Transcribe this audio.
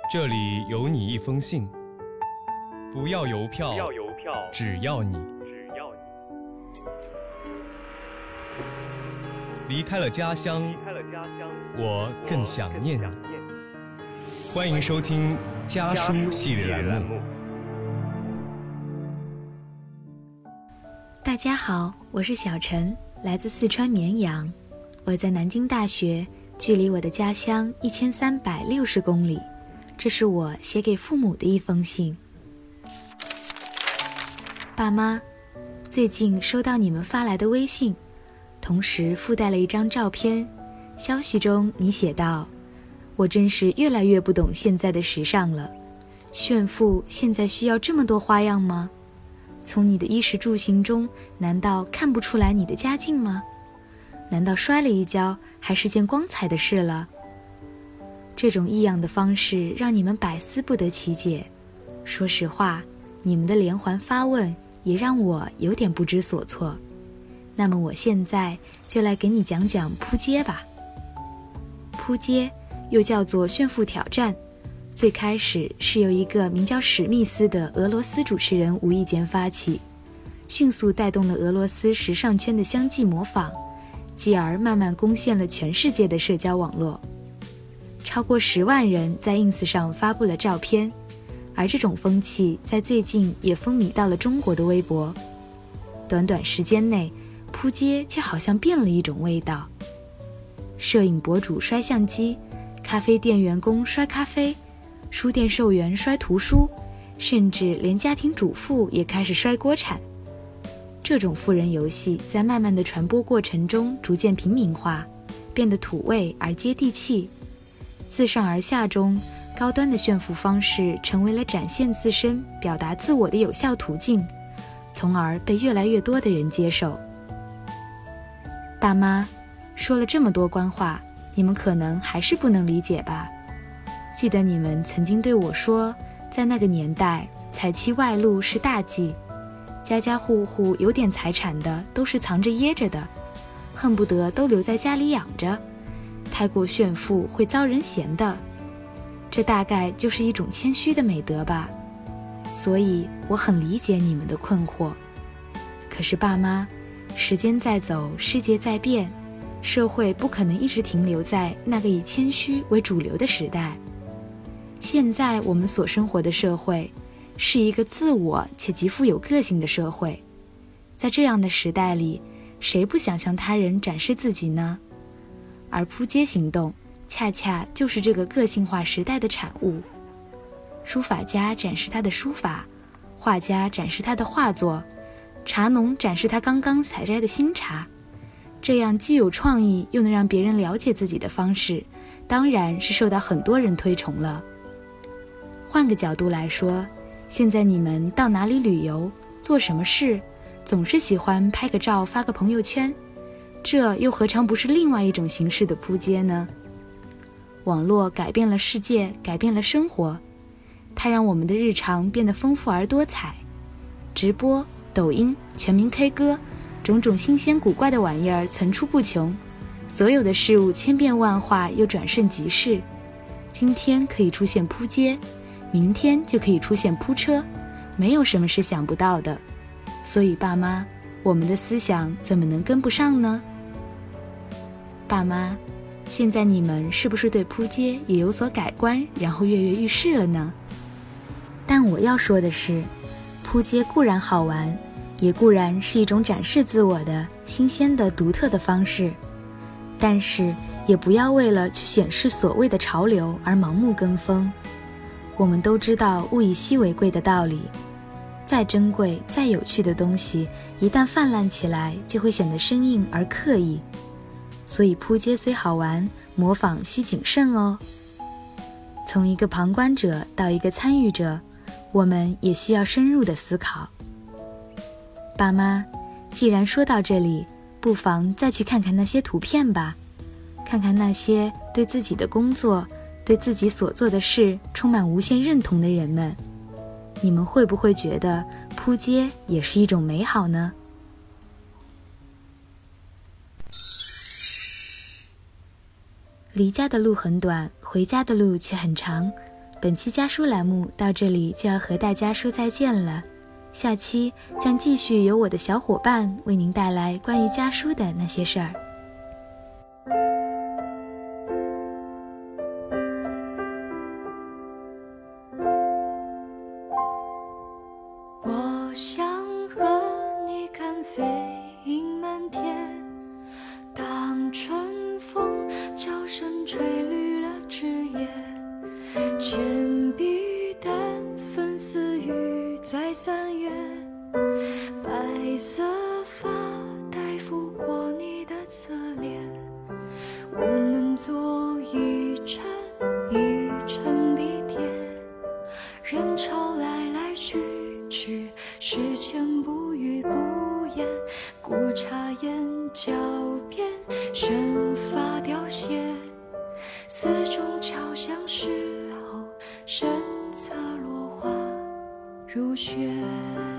这里有你一封信，不要邮票，只要你。离开了家乡，我更想念你。欢迎收听家书系列栏目。 大家好，我是小陈，来自四川绵阳。我在南京大学，距离我的家乡1360公里。这是我写给父母的一封信。爸妈，最近收到你们发来的微信，同时附带了一张照片。消息中你写道：我真是越来越不懂现在的时尚了，炫富现在需要这么多花样吗？从你的衣食住行中，难道看不出来你的家境吗？难道摔了一跤还是件光彩的事了？这种异样的方式让你们百思不得其解。说实话，你们的连环发问也让我有点不知所措。那么我现在就来给你讲讲扑街吧。扑街又叫做炫富挑战，最开始是由一个名叫史密斯的俄罗斯主持人无意间发起，迅速带动了俄罗斯时尚圈的相继模仿，继而慢慢攻陷了全世界的社交网络。超过10万人在 ins 上发布了照片，而这种风气在最近也风靡到了中国的微博。短短时间内，扑街却好像变了一种味道。摄影博主摔相机，咖啡店员工摔咖啡，书店售员摔图书，甚至连家庭主妇也开始摔锅铲。这种富人游戏在慢慢的传播过程中逐渐平民化，变得土味而接地气。自上而下中，高端的炫富方式成为了展现自身、表达自我的有效途径，从而被越来越多的人接受。爸妈，说了这么多官话，你们可能还是不能理解吧？记得你们曾经对我说，在那个年代，财妻外露是大忌，家家户户有点财产的都是藏着掖着的，恨不得都留在家里养着，太过炫富会遭人嫌的。这大概就是一种谦虚的美德吧。所以我很理解你们的困惑。可是爸妈，时间在走，世界在变，社会不可能一直停留在那个以谦虚为主流的时代。现在我们所生活的社会是一个自我且极富有个性的社会，在这样的时代里，谁不想向他人展示自己呢？而扑街行动恰恰就是这个个性化时代的产物。书法家展示他的书法，画家展示他的画作，茶农展示他刚刚采摘的新茶。这样既有创意又能让别人了解自己的方式，当然是受到很多人推崇了。换个角度来说，现在你们到哪里旅游，做什么事，总是喜欢拍个照发个朋友圈，这又何尝不是另外一种形式的扑街呢？网络改变了世界，改变了生活，它让我们的日常变得丰富而多彩。直播、抖音、全民 K 歌，种种新鲜古怪的玩意儿层出不穷，所有的事物千变万化又转瞬即逝。今天可以出现扑街，明天就可以出现扑车，没有什么是想不到的。所以爸妈，我们的思想怎么能跟不上呢？爸妈，现在你们是不是对扑街也有所改观，然后跃跃欲试了呢？但我要说的是，扑街固然好玩，也固然是一种展示自我的新鲜的独特的方式，但是也不要为了去显示所谓的潮流而盲目跟风。我们都知道物以稀为贵的道理，再珍贵再有趣的东西，一旦泛滥起来，就会显得生硬而刻意。所以扑街虽好玩，模仿需谨慎哦。从一个旁观者到一个参与者，我们也需要深入的思考。爸妈，既然说到这里，不妨再去看看那些图片吧，看看那些对自己的工作，对自己所做的事充满无限认同的人们，你们会不会觉得扑街也是一种美好呢？离家的路很短，回家的路却很长。 本期家书栏目到这里就要和大家说再见了，下期将继续由我的小伙伴为您带来关于家书的那些事儿。 我想和你看飞鹰满天，当春风悄声吹绿了枝叶，铅笔淡粉似雨在3月，白色发带拂过你的侧脸，我们坐一程一程地铁，人潮来来去去，时间不语不言，古茶烟脚边，旋发凋谢，四中敲响时候，身侧落花如雪。